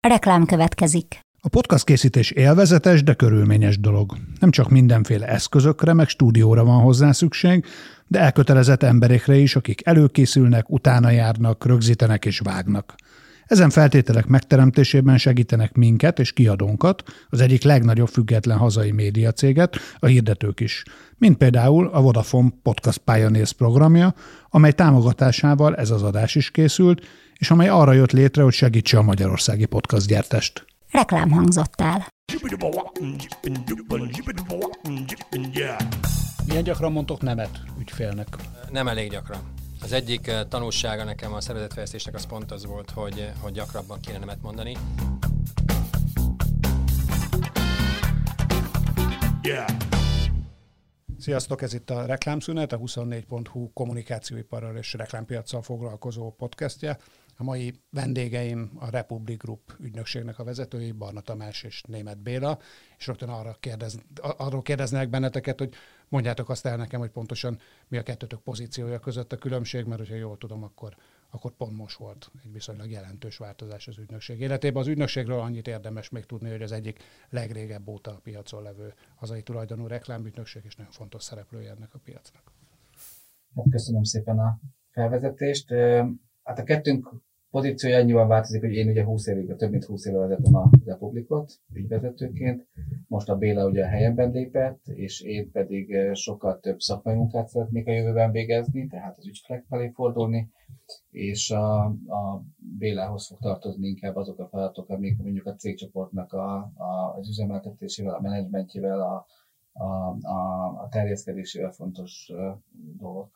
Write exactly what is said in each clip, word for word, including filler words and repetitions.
Reklám következik. A podcast készítés élvezetes, de körülményes dolog. Nem csak mindenféle eszközökre, meg stúdióra van hozzá szükség, de elkötelezett emberekre is, akik előkészülnek, utána járnak, rögzítenek és vágnak. Ezen feltételek megteremtésében segítenek minket és kiadónkat, az egyik legnagyobb független hazai médiacéget, a hirdetők is, mint például a Vodafone Podcast Pioneers programja, amely támogatásával ez az adás is készült, és amely arra jött létre, hogy segítse a magyarországi podcastgyártást. Reklám hangzott el. Milyen gyakran mondtok nemet ügyfélnek? Nem elég gyakran. Az egyik tanulsága nekem a szervezetfejlesztésnek az pont az volt, hogy, hogy gyakrabban kéne nemet mondani. Yeah. Sziasztok, ez itt a Reklámszünet, a huszonnégy pont hu kommunikációiparral és reklámpiaccal foglalkozó podcastje. A mai vendégeim a Republic Group ügynökségnek a vezetői, Barna Tamás és Németh Béla, és rögtön arra kérdez, arról kérdeznek benneteket, hogy mondjátok azt el nekem, hogy pontosan mi a kettőtök pozíciója között a különbség, mert hogyha jól tudom, akkor, akkor pont most volt egy viszonylag jelentős változás az ügynökség életében. Az ügynökségről annyit érdemes még tudni, hogy az egyik legrégebb óta a piacon levő hazai tulajdonú reklámügynökség, és nagyon fontos szereplője ennek a piacnak. Hát köszönöm szépen a felvezetést. Hát a kettőnk pozíciója annyiban változik, hogy én ugye húsz évig, több mint húsz éve vezetem a Republicot ügyvezetőként. Most a Béla ugye a helyemben lépett, és én pedig sokkal több szakmai munkát szeretnék a jövőben végezni, tehát az ügyfelek felé fordulni, és a, a Bélához fog tartozni inkább azok a feladatok, amik mondjuk a cégcsoportnak a, a, az üzemeltetésével, a menedzsmentjével, a, a, a, a terjeszkedésével fontos dolgok.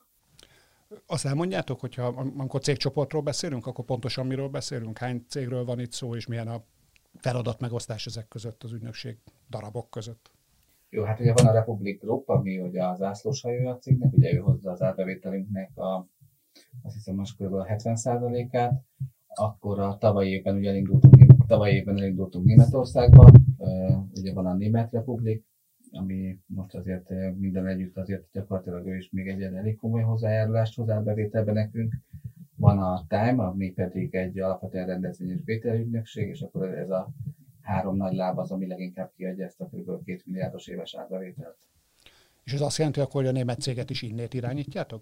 Azt elmondjátok, hogyha amikor cégcsoportról beszélünk, akkor pontosan miről beszélünk? Hány cégről van itt szó, és milyen a feladat megosztás ezek között, az ügynökség darabok között? Jó, hát ugye van a Republic Group, ami ugye az zászlóshajója a cégnek, ugye ő hozza az árbevételünknek a, azt hiszem most kb. A hetven százalékát, akkor a tavalyi évben ugye elindultunk, tavalyi évben elindultunk Németországba, ugye van a Német Republic, ami most azért minden együtt azért gyakorlatilag ő is még egy elég komoly hozzájárulást hozzá bevételbe nekünk. Van a Time, ami pedig egy alapvetően rendezvényes vételügynökség, és akkor ez a három nagy láb az, ami leginkább kiadja ezt a kb. két milliárdos éves árbevételt. És ez azt jelenti, hogy a német céget is innét irányítjátok?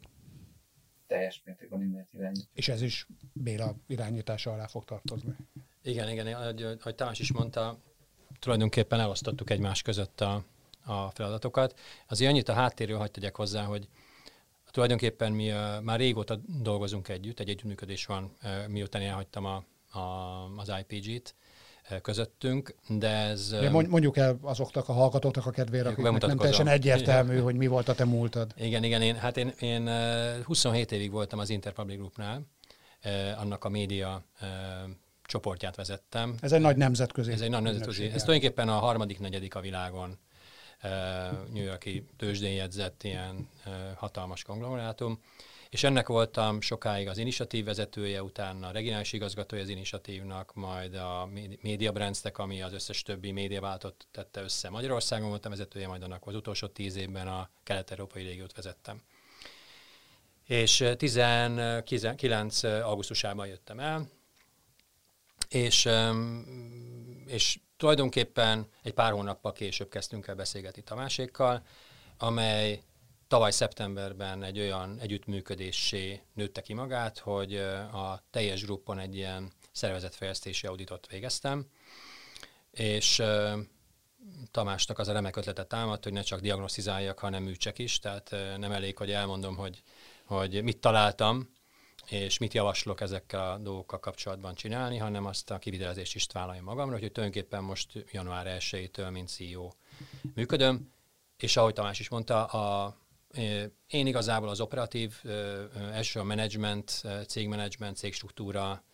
Teljes mértékben innét irányítjuk. És ez is Béla irányítása alá fog tartozni? Igen, igen, ahogy, ahogy Tamás is mondta, tulajdonképpen elosztottuk egymás között a a feladatokat. Azért annyit a háttérről hadd tegyek hozzá, hogy tulajdonképpen mi uh, már régóta dolgozunk együtt, egy együttműködés van, uh, miután elhagytam a, a, az i pé gét uh, közöttünk, de ez... Uh, mondjuk el azoknak a hallgatóknak a kedvére, akiknek nem teljesen egyértelmű, hogy mi volt a te múltad. Igen, igen, én, hát én, én uh, huszonhét évig voltam az Interpublic Groupnál, uh, annak a média uh, csoportját vezettem. Ez egy nagy nemzetközi. Ez egy nagy nemzetközi. Ez tulajdonképpen a harmadik, negyedik a világon. Uh, New York-i tőzsdén jegyzett ilyen uh, hatalmas konglomerátum, és ennek voltam sokáig az initiatív vezetője, utána a regionális igazgatója az initiatívnak, majd a Media Brands-nek, ami az összes többi médiaváltot tette össze. Magyarországon voltam vezetője, majd annak az utolsó tíz évben a kelet-európai régiót vezettem. És tizenkilenc augusztusában jöttem el, és, um, és tulajdonképpen egy pár hónappal később kezdtünk el beszélgetni Tamásékkal, amely tavaly szeptemberben egy olyan együttműködéssé nőtte ki magát, hogy a teljes grupon egy ilyen szervezetfejlesztési auditot végeztem, és Tamásnak az a remek ötletet támadt, hogy ne csak diagnosztizáljak, hanem műtsek is, tehát nem elég, hogy elmondom, hogy, hogy mit találtam, és mit javaslok ezekkel a dolgokkal kapcsolatban csinálni, hanem azt a kivitelezést is vállaljam magamra, hogy tulajdonképpen most január elsejétől, mint cé í ó működöm, és ahogy Tamás is mondta, a, én igazából az operatív, első a menedzsment, cégmenedzsment, cégstruktúra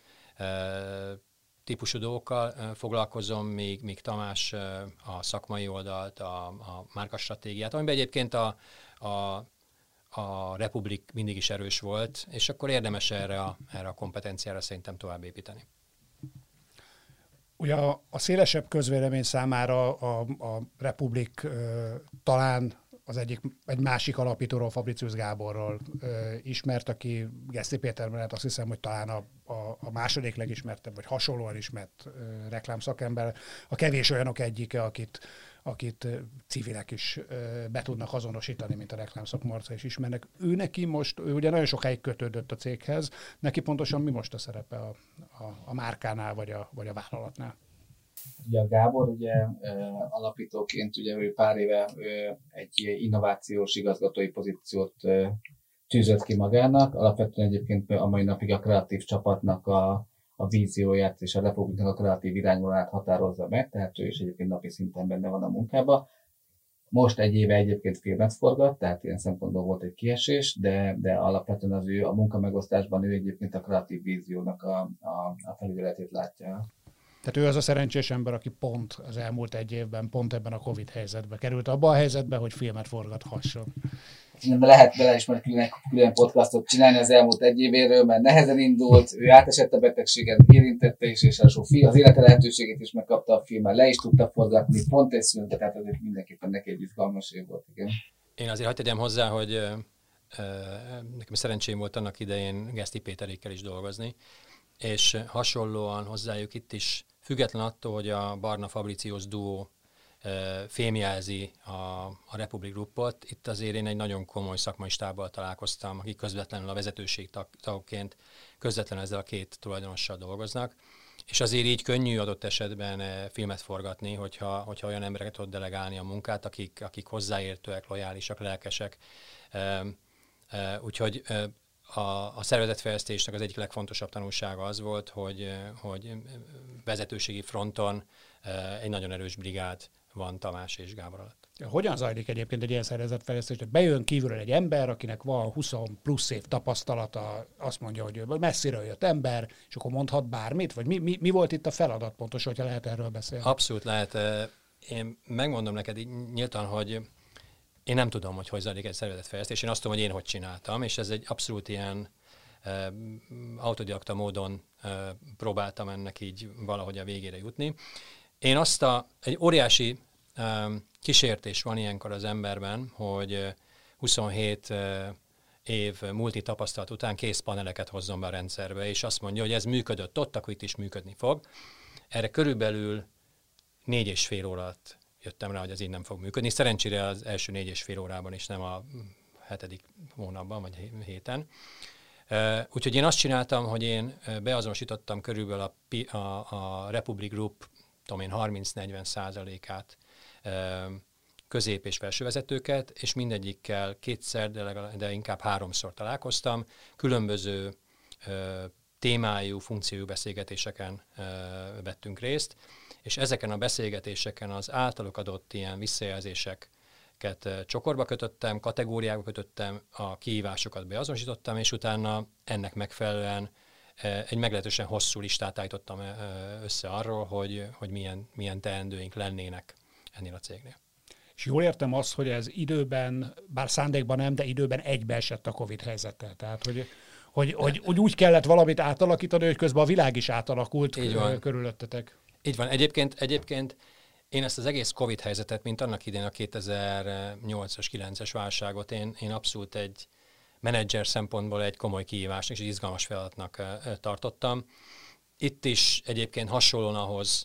típusú dolgokkal foglalkozom, míg, míg Tamás a szakmai oldalt, a, a márkastratégiát, amiben egyébként a, a a Republic mindig is erős volt, és akkor érdemes erre a, erre a kompetenciára szerintem tovább építeni. Ugye a, a szélesebb közvélemény számára a, a Republic uh, talán az egyik, egy másik alapítóról, Fabricius Gáborról ö, ismert, aki Geszti Péter mellett azt hiszem, hogy talán a, a, a második legismertebb, vagy hasonlóan ismert ö, reklámszakember. A kevés olyanok egyike, akit, akit civilek is ö, be tudnak azonosítani, mint a reklámszakmarca is ismernek. Ő neki most, ő ugye nagyon sokáig kötődött a céghez, neki pontosan mi most a szerepe a, a, a márkánál, vagy a, vagy a vállalatnál? Ugye a Gábor ugye alapítóként ugye ő pár éve egy innovációs igazgatói pozíciót tűzött ki magának. Alapvetően egyébként a mai napig a kreatív csapatnak a, a vízióját és a Republiknak a kreatív irányvonalát határozza meg, tehát ő is egyébként napi szinten benne van a munkában. Most egy éve egyébként filmet forgat, tehát ilyen szempontból volt egy kiesés, de, de alapvetően az ő a munkamegosztásban ő egyébként a kreatív víziónak a, a, a felügyeletét látja. Tehát ő az a szerencsés ember, aki pont az elmúlt egy évben, pont ebben a Covid helyzetbe került abba a helyzetbe, hogy filmet forgathasson. Lehet bele is majd külön, külön podcastot csinálni az elmúlt egy évéről, mert nehezen indult, ő átesett a betegségen, érintette is, és az élete lehetőségét is megkapta a filmmel, le is tudta forgatni, pont egy szünte, tehát azért mindenképpen neki egy izgalmas év volt, igen. Én azért hagyd tegyem hozzá, hogy ö, ö, nekem szerencsém volt annak idején Geszti Péterékkel is dolgozni, és hasonlóan hozzájuk itt is, független attól, hogy a Barna Fabricius duó fémjelzi a, a Republic Groupot, itt azért én egy nagyon komoly szakmai stábbal találkoztam, akik közvetlenül a vezetőség tagként közvetlenül ezzel a két tulajdonossal dolgoznak, és azért így könnyű adott esetben filmet forgatni, hogyha, hogyha olyan embereket tud delegálni a munkát, akik, akik hozzáértőek, lojálisak, lelkesek. Úgyhogy A, a szervezetfejlesztésnek az egyik legfontosabb tanulsága az volt, hogy, hogy vezetőségi fronton egy nagyon erős brigád van Tamás és Gábor alatt. Hogyan zajlik egyébként egy ilyen szervezetfejlesztés? Bejön kívülről egy ember, akinek van húsz plusz év tapasztalata, azt mondja, hogy messziről jött ember, és akkor mondhat bármit? Vagy mi, mi, mi volt itt a feladat pontos, hogyha lehet erről beszélni? Abszolút lehet. Én megmondom neked így nyíltan, hogy én nem tudom, hogy hogy zajlik egy szervezetfejlesztés. Én azt tudom, hogy én hogy csináltam, és ez egy abszolút ilyen uh, autodidakta módon uh, próbáltam ennek így valahogy a végére jutni. Én azt a, egy óriási um, kísértés van ilyenkor az emberben, hogy uh, huszonhét uh, év multi tapasztalat után kész paneleket hozzon be a rendszerbe, és azt mondja, hogy ez működött ott, akkor itt is működni fog. Erre körülbelül négy és fél óra alatt jöttem rá, hogy ez így nem fog működni. Szerencsére az első négy és fél órában is, nem a hetedik hónapban, vagy héten. Úgyhogy én azt csináltam, hogy én beazonosítottam körülbelül a, a, a Republic Group, tudom én, harminc-negyven százalékát közép- és felsővezetőket, és mindegyikkel kétszer, de, legalább, de inkább háromszor találkoztam. Különböző témájú, funkciójú beszélgetéseken vettünk részt, és ezeken a beszélgetéseken az általuk adott ilyen visszajelzéseket csokorba kötöttem, kategóriába kötöttem, a kihívásokat beazonosítottam, és utána ennek megfelelően egy meglehetősen hosszú listát állítottam össze arról, hogy, hogy milyen, milyen teendőink lennének ennél a cégnél. És jól értem azt, hogy ez időben, bár szándékban nem, de időben egybeesett a Covid helyzettel. Tehát, hogy, hogy, hogy, hogy úgy kellett valamit átalakítani, hogy közben a világ is átalakult körülöttetek. Így van. Egyébként, egyébként én ezt az egész Covid helyzetet, mint annak idén a kétezer-nyolcas kilences válságot, én, én abszolút egy menedzser szempontból egy komoly kihívásnak és egy izgalmas feladatnak tartottam. Itt is egyébként hasonlóan ahhoz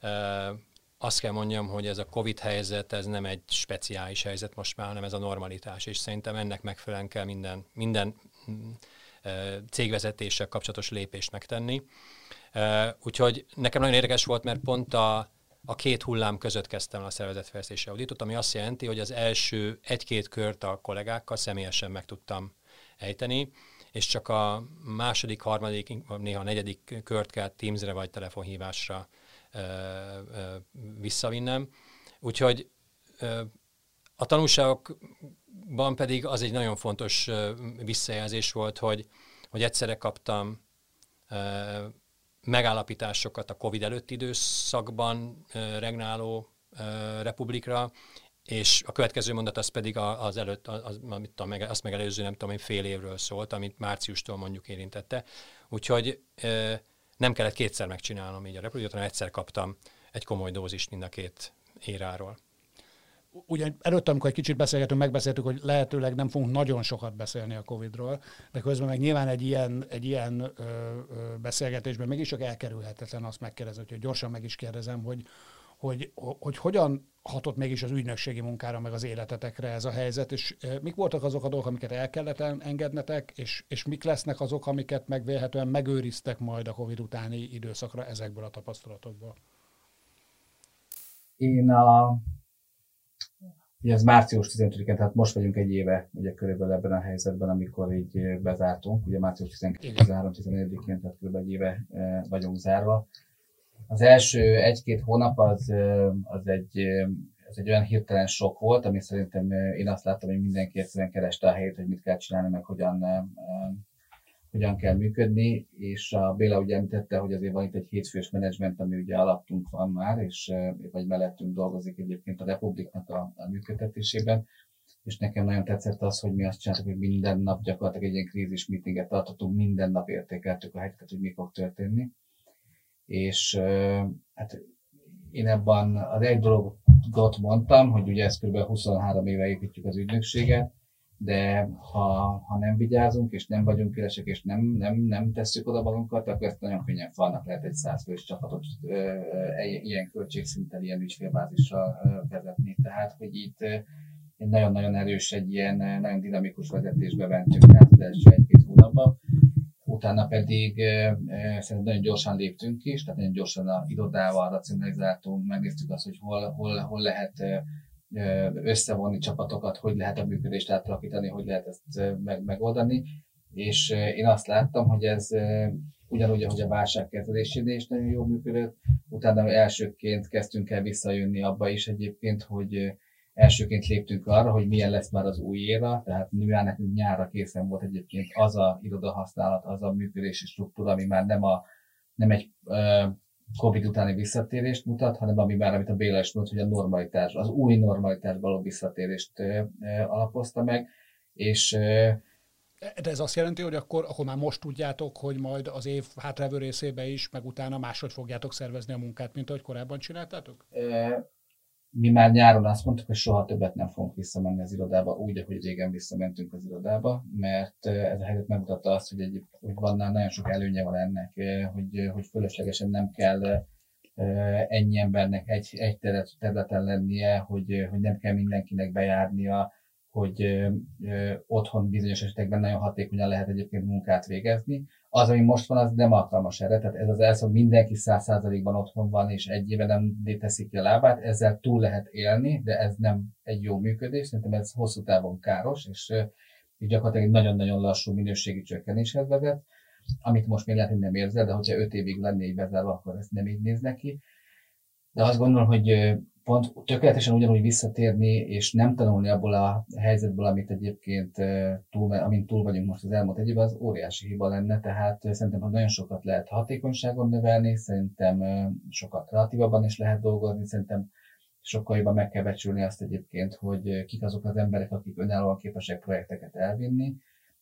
azt kell mondjam, hogy ez a Covid helyzet, ez nem egy speciális helyzet most már, hanem ez a normalitás, és szerintem ennek megfelelően kell minden, minden cégvezetéssel kapcsolatos lépést megtenni. Úgyhogy nekem nagyon érdekes volt, mert pont a, a két hullám között kezdtem a szervezetfejlesztési auditot, ami azt jelenti, hogy az első egy-két kört a kollégákkal személyesen meg tudtam ejteni, és csak a második, harmadik, néha a negyedik kört kell Teamsre vagy telefonhívásra ö, ö, visszavinnem. Úgyhogy ö, a tanulságokban pedig az egy nagyon fontos ö, visszajelzés volt, hogy, hogy egyszerre kaptam ö, megállapításokat a Covid előtti időszakban ö, regnáló ö, republikra, és a következő mondat az pedig az előtt, az, amit tudom, azt megelőző, nem tudom, fél évről szólt, amit márciustól mondjuk érintette. Úgyhogy ö, nem kellett kétszer megcsinálnom így a republikot, hanem egyszer kaptam egy komoly dózist mind a két éráról. ugyan előtt, amikor egy kicsit beszélgetünk, megbeszéltük, hogy lehetőleg nem fogunk nagyon sokat beszélni a Covidról, de közben meg nyilván egy ilyen, egy ilyen ö, ö, beszélgetésben mégis csak elkerülhetetlen azt megkérdezni, hogy gyorsan meg is kérdezem, hogy, hogy, hogy hogyan hatott mégis az ügynökségi munkára, meg az életetekre ez a helyzet, és mik voltak azok a dolgok, amiket el kellett engednetek, és, és mik lesznek azok, amiket megvélhetően megőriztek majd a Covid utáni időszakra ezekből a tapasztalatokból? Én a... Ugye ez március tizenötödikén, tehát most vagyunk egy éve ugye körülbelül ebben a helyzetben, amikor így bezártunk. Ugye március tizenkettő tizennégyedikén, tehát körülbelül egy éve vagyunk zárva. Az első egy-két hónap az, az, egy, az egy olyan hirtelen sok volt, ami szerintem én azt láttam, hogy mindenki egyszerűen kereste a helyét, hogy mit kell csinálni, meg hogyan, hogyan kell működni, és a Béla ugye említette, hogy azért van itt egy hétfős menedzsment, ami ugye alattunk van már, és vagy mellettünk dolgozik egyébként a Republiknak a, a működtetésében, és nekem nagyon tetszett az, hogy mi azt csináltuk, hogy minden nap gyakorlatilag egy ilyen krízis meetinget tartottunk, minden nap értékeltük a helyzetet, hogy mi fog történni. És hát én ebben az egy dologot mondtam, hogy ugye ezt kb. huszonhárom éve építjük az ügynökséget, de ha, ha nem vigyázunk, és nem vagyunk élesek, és nem, nem, nem tesszük oda magunkat, akkor ezt nagyon könnyen falnak lehet egy százfős csapatot ilyen költségszinten, ilyen ügyfélbázissal vezetni. Tehát, hogy itt egy nagyon-nagyon erős, egy ilyen nagyon dinamikus vezetésbe mentünk át az első egy-két hónapban. Utána pedig e, szerintem nagyon gyorsan léptünk is, tehát nagyon gyorsan a irodával racionalizáltunk, megnéztük azt, hogy hol, hol, hol lehet e, összevonni csapatokat, hogy lehet a működést átalakítani, hogy lehet ezt meg, megoldani. És e, én azt láttam, hogy ez e, ugyanúgy, ahogy a válságkezelésénél is nagyon jól működött, utána elsőként kezdtünk el visszajönni abba is egyébként, hogy elsőként léptünk arra, hogy milyen lesz már az új éra, tehát mivel nekünk nyárra készen volt egyébként az a irodahasználat, az a működési struktúra, ami már nem, a, nem egy uh, Covid utáni visszatérést mutat, hanem ami már, amit a Béla is mondta, hogy a normalitás, az új normalitás való visszatérést uh, uh, alapozta meg, és uh, de ez azt jelenti, hogy akkor, akkor már most tudjátok, hogy majd az év hátrávő részébe is, meg utána máshogy fogjátok szervezni a munkát, mint ahogy korábban csináltátok? Uh, Mi már nyáron azt mondtuk, hogy soha többet nem fogunk visszamenni az irodába, úgy, ahogy régen visszamentünk az irodába, mert ez a helyzet megmutatta azt, hogy, egy, hogy van, nagyon sok előnye van ennek, hogy, hogy fölöslegesen nem kell ennyi embernek egy, egy területen lennie, hogy, hogy nem kell mindenkinek bejárnia, hogy ö, ö, otthon bizonyos esetekben nagyon hatékonyan lehet egyébként munkát végezni. Az, ami most van, az nem alkalmas erre. Tehát ez az elszó, hogy mindenki száz százalékban otthon van, és egy éve nem teszik ki a lábát, ezzel túl lehet élni, de ez nem egy jó működés. Szerintem ez hosszú távon káros, és ö, gyakorlatilag egy nagyon-nagyon lassú minőségi csökkenéshez vezet, amit most még lehet, hogy nem érzel, de hogyha öt évig lennék bezárva, akkor ezt nem így néz neki. De azt gondolom, hogy pont tökéletesen ugyanúgy visszatérni, és nem tanulni abból a helyzetből, amit egyébként túl, amint túl vagyunk most az elmúlt egy évben, az óriási hiba lenne, tehát szerintem hogy nagyon sokat lehet hatékonyságon növelni, szerintem sokkal kreatívabban is lehet dolgozni, szerintem sokkal jobban meg kell becsülni azt egyébként, hogy kik azok az emberek, akik önállóan képesek projekteket elvinni,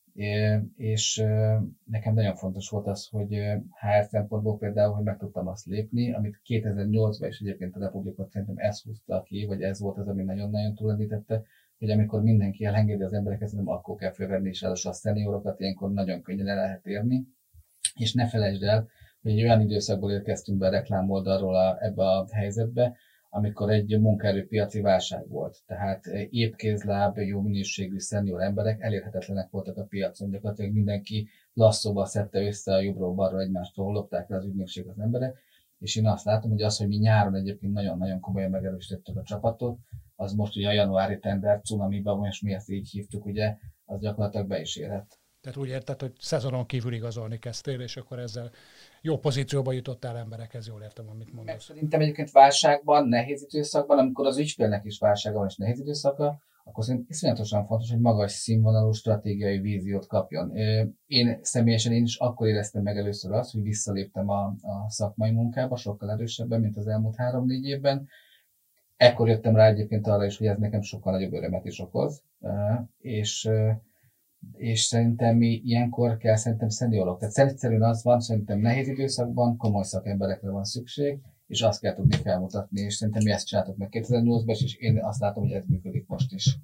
és nekem nagyon fontos volt az, hogy há er szempontból például, hogy meg tudtam azt lépni, amit kétezer-nyolcban is egyébként a Republikot szerintem ez húzta ki, vagy ez volt az, ami nagyon-nagyon túlendítette, hogy amikor mindenki elengedi az embereket, szerintem akkor kell fölvenni, és ráadásul a szeniorokat ilyenkor nagyon könnyen el lehet érni. És ne felejtsd el, hogy egy olyan időszakból érkeztünk be a reklámoldalról a, ebbe a helyzetbe, amikor egy munkaerőpiaci válság volt. Tehát épp kézláb, jó minőségű szenior emberek elérhetetlenek voltak a piacon. Gyakorlatilag mindenki lasszóval szedte össze a jobbról-balról egymástól, lopták le az ügynökség az emberek. És én azt látom, hogy az, hogy mi nyáron egyébként nagyon-nagyon komolyan megerősítettük a csapatot, az most ugye a januári tender cunamiban, most mi ezt így hívtuk, ugye, az gyakorlatilag be is érhet. Tehát úgy érted, hogy szezonon kívül igazolni kezdtél, és akkor ezzel jó pozícióba jutottál emberekhez, jól értem, amit mondasz. Meg szerintem egyébként válságban, nehéz időszakban, amikor az ügyfélnek is válsága van és nehéz időszaka, akkor szerintem iszonyatosan fontos, hogy magas színvonalú stratégiai víziót kapjon. Én személyesen én is akkor éreztem meg először azt, hogy visszaléptem a, a szakmai munkába, sokkal erősebben, mint az elmúlt három-négy évben. Ekkor jöttem rá egyébként arra is, hogy ez nekem sokkal nagyobb örömet is okoz, és és szerintem mi ilyenkor kell szerintem szeniorok. Tehát egyszerűen az van, szerintem nehéz időszakban komoly szakemberekre van szükség, és azt kell tudni felmutatni, és szerintem mi ezt csináltuk meg kétezer-nyolcban, és én azt látom, hogy ez működik most is.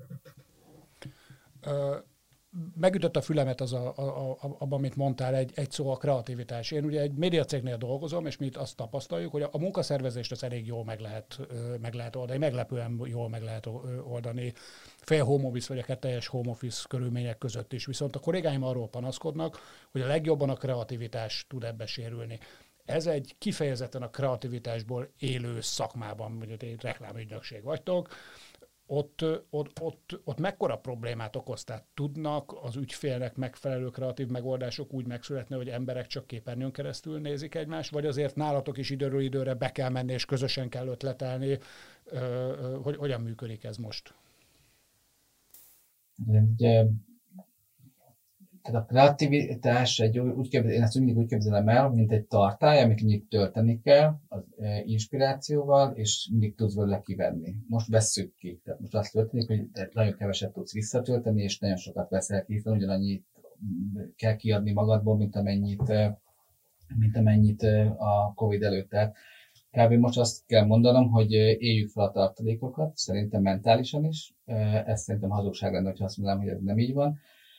Ö, megütött a fülemet az a, a, a, abban, amit mondtál, egy, egy szó, a kreativitás. Én ugye egy médiacégnél dolgozom, és mi itt azt tapasztaljuk, hogy a, a munkaszervezést az elég jól meg lehet, meg lehet oldani, meglepően jól meg lehet oldani, fél home office vagy akár teljes home office körülmények között is. Viszont a kollégáim arról panaszkodnak, hogy a legjobban a kreativitás tud ebbe sérülni. Ez egy kifejezetten a kreativitásból élő szakmában, mondjuk egy reklámügynökség vagytok, Ott, ott, ott, ott mekkora problémát okoz? Tehát tudnak az ügyfélnek megfelelő kreatív megoldások úgy megszületni, hogy emberek csak képernyőn keresztül nézik egymást, vagy azért nálatok is időről időre be kell menni, és közösen kell ötletelni? Hogy, hogyan működik ez most? Ugye, tehát a kreativitás, egy, úgy képzel, én ezt mindig úgy képzelem el, mint egy tartály, amit mindig tölteni kell az inspirációval, és mindig tudsz belőle kivenni. Most vesszük ki. Tehát most azt történik, hogy nagyon keveset tudsz visszatölteni, és nagyon sokat veszel ki, hiszen ugyanannyit kell kiadni magadból, mint amennyit, mint amennyit a Covid előtt. Tehát kb. Most azt kell mondanom, hogy éljük fel a tartalékokat, szerintem mentálisan is. Ez szerintem hazugság lenne, hogyha azt mondanám, hogy ez nem így van.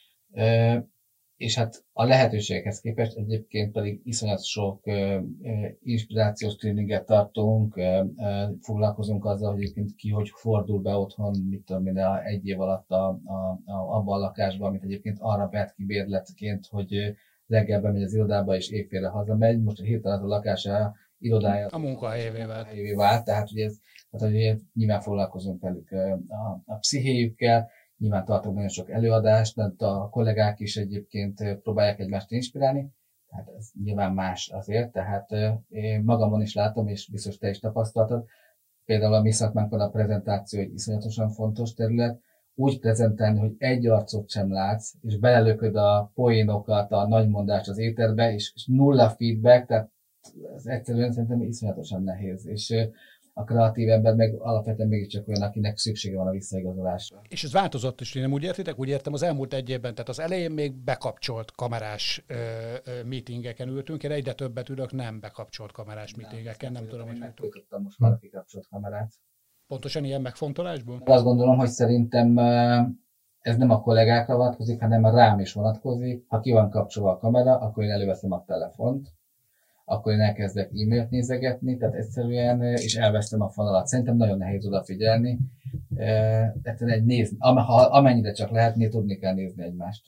És hát a lehetőségekhez képest egyébként pedig iszonyat sok uh, inspirációs tréninget tartunk, uh, uh, foglalkozunk azzal, hogy egyébként ki hogy fordul be otthon, mit tudom én, egy év alatt a, a, a, abban a lakásban, amit egyébként arra vett ki bérletként, hogy reggel bemegy az irodába és éjfélre hazamegy, most a hirtelen a lakása irodája a munkahelyévé vált. vált, tehát ugye ez, tehát ugye nyilván foglalkozunk velük a, a pszichéjükkel. Nyilván tartok nagyon sok előadást, de a kollégák is egyébként próbálják egymást inspirálni, tehát ez nyilván más azért, tehát én magamon is látom, és biztos te is tapasztaltad, például a mi szakmánkon a prezentáció egy iszonyatosan fontos terület, úgy prezentálni, hogy egy arcot sem látsz, és belelököd a poénokat, a nagymondást az éterbe, és, és nulla feedback, tehát ez egyszerűen szerintem iszonyatosan nehéz, és a kreatív ember meg alapvetően mégiscsak olyan, akinek szüksége van a visszaigazolásra. És ez változott is, nem úgy értitek? Úgy értem, az elmúlt egy évben, tehát az elején még bekapcsolt kamerás ö, ö, meetingeken ültünk, én egyre többet ülök nem bekapcsolt kamerás nem, meetingeken, nem, nem tudom, hogy megfojtottam most már a kikapcsolt kamerát. Pontosan ilyen megfontolásból? Azt gondolom, hogy szerintem ez nem a kollégákra vonatkozik, hanem rám is vonatkozik. Ha ki van kapcsolva a kamera, akkor én előveszem a telefont, akkor én elkezdek e-mailt nézegetni, tehát egyszerűen, és elvesztem a fonalat. Szerintem nagyon nehéz odafigyelni. Tehát egy nézni, amennyire csak lehetné, tudni kell nézni egymást.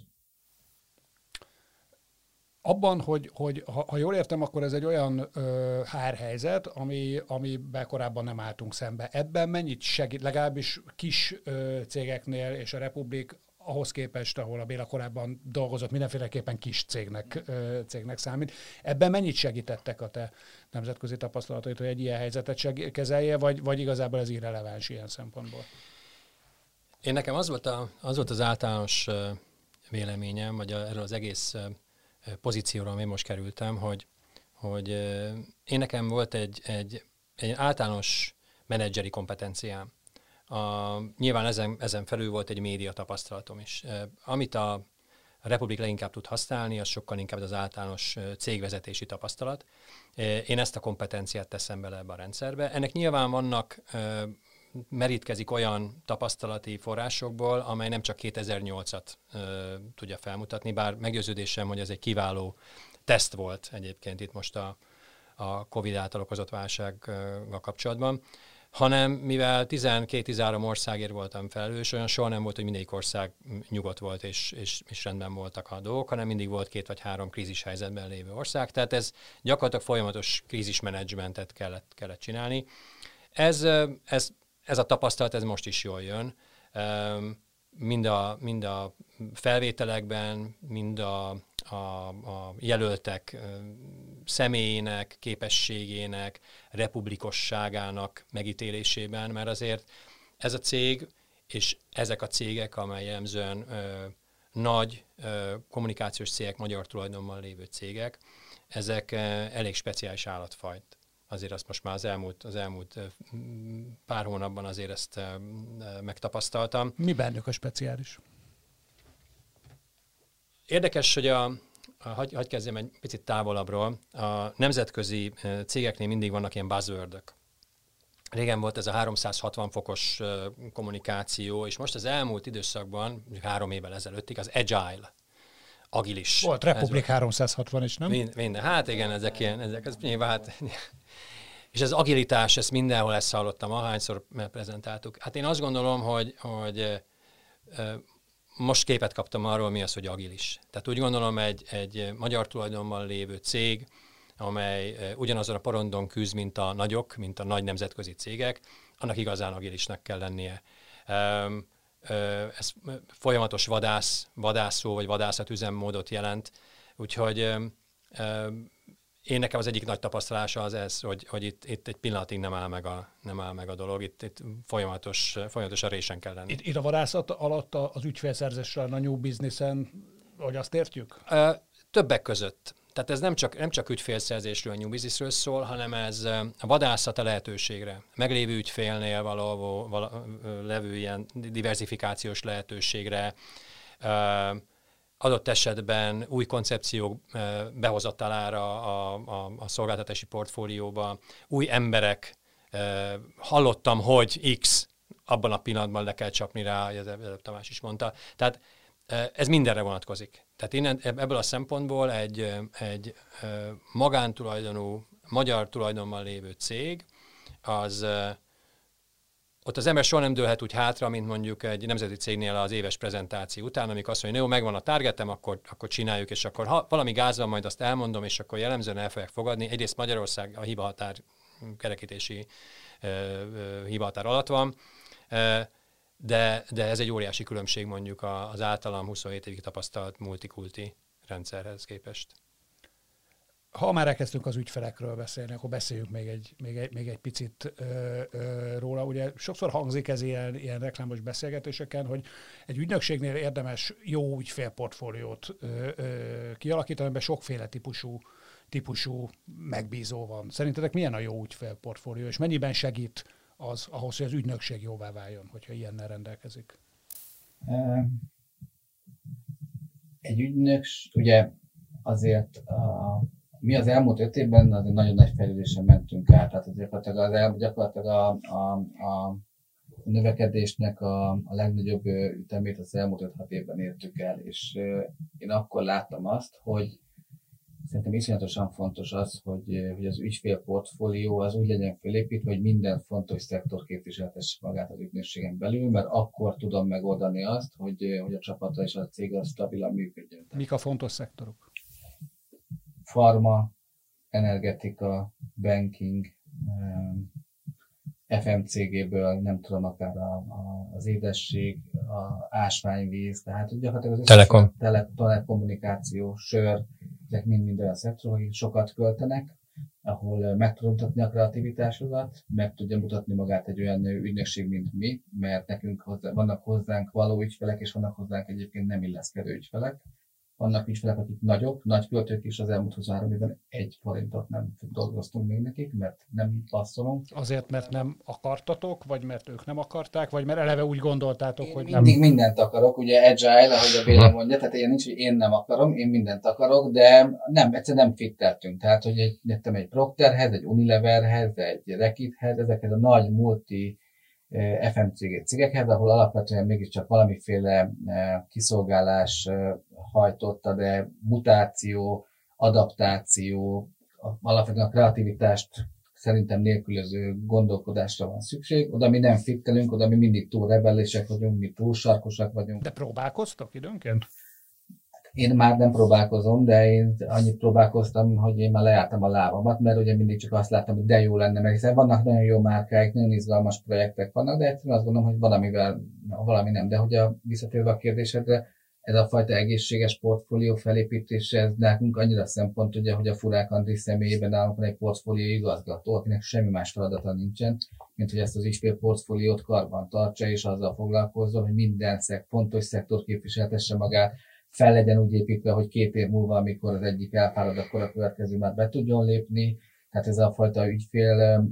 Abban, hogy, hogy ha, ha jól értem, akkor ez egy olyan ö, há er helyzet, ami, amiben korábban nem álltunk szembe. Ebben mennyit segít, legalábbis kis ö, cégeknél, és a Republik ahhoz képest, ahol a Béla korábban dolgozott, mindenféleképpen kis cégnek, ö, cégnek számít. Ebben mennyit segítettek a te nemzetközi tapasztalataid, hogy egy ilyen helyzetet seg- kezelje, vagy, vagy igazából ez irreleváns ilyen szempontból? Én nekem az volt, a, az, volt az általános véleményem, vagy a, erről az egész pozícióra, ami most kerültem, hogy, hogy én nekem volt egy, egy, egy általános menedzseri kompetenciám. A, nyilván ezen, ezen felül volt egy média tapasztalatom is. Amit a, a Republik leginkább tud használni, az sokkal inkább az általános cégvezetési tapasztalat. Én ezt a kompetenciát teszem bele ebbe a rendszerbe. Ennek nyilván vannak, merítkezik olyan tapasztalati forrásokból, amely nem csak kétezer-nyolcat tudja felmutatni, bár meggyőződésem, hogy ez egy kiváló teszt volt egyébként itt most a, a Covid által okozott válsággal kapcsolatban, hanem mivel tizenkét-tizenhárom országért voltam felelős, olyan soha nem volt, hogy mindegyik ország nyugodt volt és, és, és rendben voltak a dolgok, hanem mindig volt két vagy három krízis helyzetben lévő ország, tehát ez gyakorlatilag folyamatos krízismenedzsmentet kellett, kellett csinálni. Ez, ez, ez a tapasztalat, ez most is jól jön. Mind a, mind a felvételekben, mind a, a, a jelöltek személyének, képességének, republikosságának megítélésében, mert azért ez a cég, és ezek a cégek, amely jellemzően ö, nagy ö, kommunikációs cégek, magyar tulajdonban lévő cégek, ezek ö, elég speciális állatfajt. Azért azt most már az elmúlt, az elmúlt pár hónapban azért ezt megtapasztaltam. Mi bennük a speciális? Érdekes, hogy a, hagy, hagy kezdjem egy picit távolabbról. A nemzetközi cégeknél mindig vannak ilyen buzzwordök. Régen volt ez a háromszázhatvan fokos kommunikáció, és most az elmúlt időszakban, három évvel ezelőttig az agile, agilis. Volt Republic háromszázhatvan is, nem? Mind, minden. Hát igen, ezek ilyen, ezek, ez nyilván, hát, és az agilitás, ezt mindenhol ezt hallottam, ahányszor prezentáltuk. Hát én azt gondolom, hogy, hogy most képet kaptam arról, mi az, hogy agilis. Tehát úgy gondolom, egy, egy magyar tulajdonban lévő cég, amely ugyanazon a porondon küzd, mint a nagyok, mint a nagy nemzetközi cégek, annak igazán agilisnek kell lennie. Ez folyamatos vadász, vadászó vagy vadászatüzemmódot jelent, úgyhogy én nekem az egyik nagy tapasztalása az ez, hogy, hogy itt, itt egy pillanatig nem áll meg a, nem áll meg a dolog, itt, itt folyamatos, folyamatosan résen kell lenni. Itt, itt a vadászat alatt az ügyfélszerzésre a new businessen, hogy azt értjük? Többek között. Tehát ez nem csak, nem csak ügyfélszerzésről, a new businessről szól, hanem ez a vadászat a lehetőségre. Meglévő ügyfélnél való, való levő ilyen diversifikációs lehetőségre, adott esetben új koncepciók behozatalára a, a, a szolgáltatási portfólióba, új emberek, hallottam, hogy X, abban a pillanatban le kell csapni rá, az előbb Tamás is mondta. Tehát ez mindenre vonatkozik. Tehát innen, ebből a szempontból egy, egy magántulajdonú, magyar tulajdonban lévő cég, az ott az ember soha nem dőlhet úgy hátra, mint mondjuk egy nemzeti cégnél az éves prezentáció után, amikor azt mondja, jó, megvan a targetem, akkor, akkor csináljuk, és akkor ha valami gáz van, majd azt elmondom, és akkor jellemzően el fogják fogadni. Egyrészt Magyarország a hibahatár kerekítési uh, uh, hibahatár alatt van, uh, de, de ez egy óriási különbség mondjuk az általam huszonhét évig tapasztalt multikulti rendszerhez képest. Ha már elkezdtünk az ügyfelekről beszélni, akkor beszéljünk még egy, még egy, még egy picit ö, ö, róla. Ugye sokszor hangzik ez ilyen, ilyen reklámos beszélgetéseken, hogy egy ügynökségnél érdemes jó ügyfélportfóliót ö, ö, kialakítani, amiben sokféle típusú, típusú megbízó van. Szerintetek milyen a jó ügyfélportfólió, és mennyiben segít az ahhoz, hogy az ügynökség jóvá váljon, hogyha ilyennel rendelkezik? Egy ügynökség, ugye azért a mi az elmúlt öt évben azért nagyon nagy fejlődésen mentünk át, tehát azért gyakorlatilag, az el, gyakorlatilag a, a, a növekedésnek a, a legnagyobb ütemét az elmúlt öt-hat évben értük el, és én akkor láttam azt, hogy szerintem iszonyatosan fontos az, hogy, hogy az ügyfélportfólió az úgy legyen felépítve, hogy minden fontos szektor képviseltesse magát az ügynökségen belül, mert akkor tudom megoldani azt, hogy, hogy a csapata és a cég az stabilan működjön. Mik a fontos szektorok? Farma, energetika, banking, ef em cé géből, nem tudom, akár a, a, az édesség, a ásványvíz, tehát gyakorlatilag az Telekom. Tele, telekommunikáció, sör, ezek mind-mind olyan szektorok, akik sokat költenek, ahol meg tudom mutatni a kreativitásodat, meg tudja mutatni magát egy olyan ügynökség, mint mi, mert nekünk hozzá, vannak hozzánk való ügyfelek, és vannak hozzánk egyébként nem illeszkedő ügyfelek. Vannak ügyfelek, akik nagyok, nagy költők is, az elmúlt huszonhárom évben egy forintot nem dolgoztunk még nekik, mert nem passzolunk. Azért, mert nem akartatok, vagy mert ők nem akarták, vagy mert eleve úgy gondoltátok, én hogy mindig nem... mindent akarok, ugye agile, ahogy a Béla mondja, tehát ilyen nincs, hogy én nem akarom, én mindent akarok, de nem, egyszerűen nem fitteltünk. Tehát, hogy egy, egy Procterhez, egy Unileverhez, egy Reckitthez, ezekhez a nagy multi ef em cé gé cégekhez, ahol alapvetően mégiscsak valamiféle kiszolgálás hajtotta, de mutáció, adaptáció, alapvetően a kreativitást szerintem nélkülöző gondolkodásra van szükség. Oda mi nem fittelünk, oda mi mindig túl rebellisek vagyunk, mi túl sarkosak vagyunk. De próbálkoztok időnként? Én már nem próbálkozom, de én annyit próbálkoztam, hogy én már lejártam a lábamat, mert ugye mindig csak azt láttam, hogy de jó lenne, mert hiszen vannak nagyon jó márkáik, nagyon izgalmas projektek vannak, de egyszerűen azt gondolom, hogy valamivel, valami nem. De hogy a, visszatérve a kérdésedre, ez a fajta egészséges portfólió felépítése, ez nekünk annyira szempont, ugye, hogy a Furák Andris személyében nálunk van egy portfólió igazgató, akinek semmi más feladata nincsen, mint hogy ezt az ügyfélportfóliót karban tartsa, és azzal foglalkozzon, hogy minden szek, fontos szektor képviseltesse magát, fel legyen úgy építve, hogy két év múlva, amikor az egyik elfárad, akkor a következő már be tudjon lépni. Tehát ez a fajta ügyfél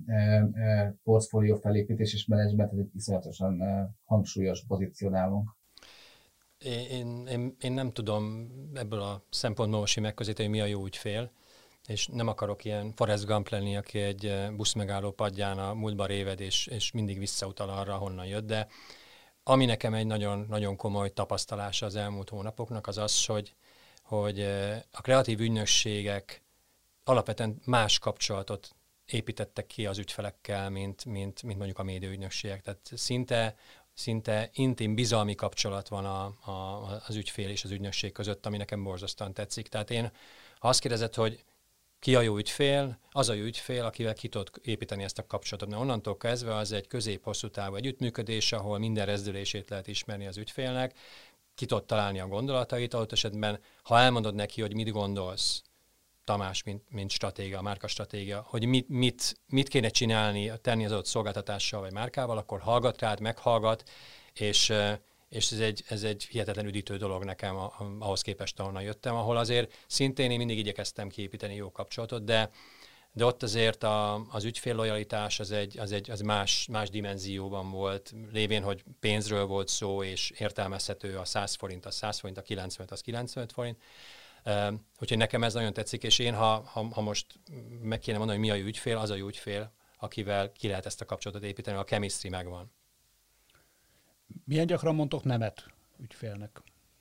portfólió felépítés és menedzsment, ez egy iszonyatosan hangsúlyos pozícionálunk. én, én, én nem tudom ebből a szempontból most megközelíteni, hogy mi a jó ügyfél, és nem akarok ilyen Forrest Gump lenni, aki egy buszmegálló padján a múltba réved, és, és mindig visszautal arra, honnan jött, de ami nekem egy nagyon, nagyon komoly tapasztalása az elmúlt hónapoknak, az az, hogy, hogy a kreatív ügynökségek alapvetően más kapcsolatot építettek ki az ügyfelekkel, mint, mint, mint mondjuk a médiaügynökségek. Tehát szinte, szinte intim, bizalmi kapcsolat van a, a, az ügyfél és az ügynökség között, ami nekem borzasztóan tetszik. Tehát én, ha azt kérdezed, hogy ki a jó ügyfél, az a jó ügyfél, akivel ki tudod építeni ezt a kapcsolatot. Na, onnantól kezdve az egy közép-hosszú távú együttműködés, ahol minden rezdülését lehet ismerni az ügyfélnek, ki tudod találni a gondolatait, adott esetben, ha elmondod neki, hogy mit gondolsz, Tamás, mint, mint stratégia, márkastratégia, hogy mit, mit, mit kéne csinálni, tenni az adott szolgáltatással vagy márkával, akkor hallgat rád, meghallgat, és, és ez, egy, ez egy hihetetlen üdítő dolog nekem ahhoz képest, ahonnan jöttem, ahol azért szintén én mindig igyekeztem kiépíteni jó kapcsolatot, de, de ott azért a, az ügyféllojalitás az, egy, az, egy, az más, más dimenzióban volt, lévén, hogy pénzről volt szó, és értelmezhető a száz forint, a száz forint, a kilencvenöt, az kilencvenöt forint. Uh, úgyhogy nekem ez nagyon tetszik, és én, ha, ha, ha most meg kéne mondani, hogy mi a jó ügyfél, az a jó ügyfél, akivel ki lehet ezt a kapcsolatot építeni, a chemistry megvan. Milyen gyakran mondtok nemet ügyfélnek?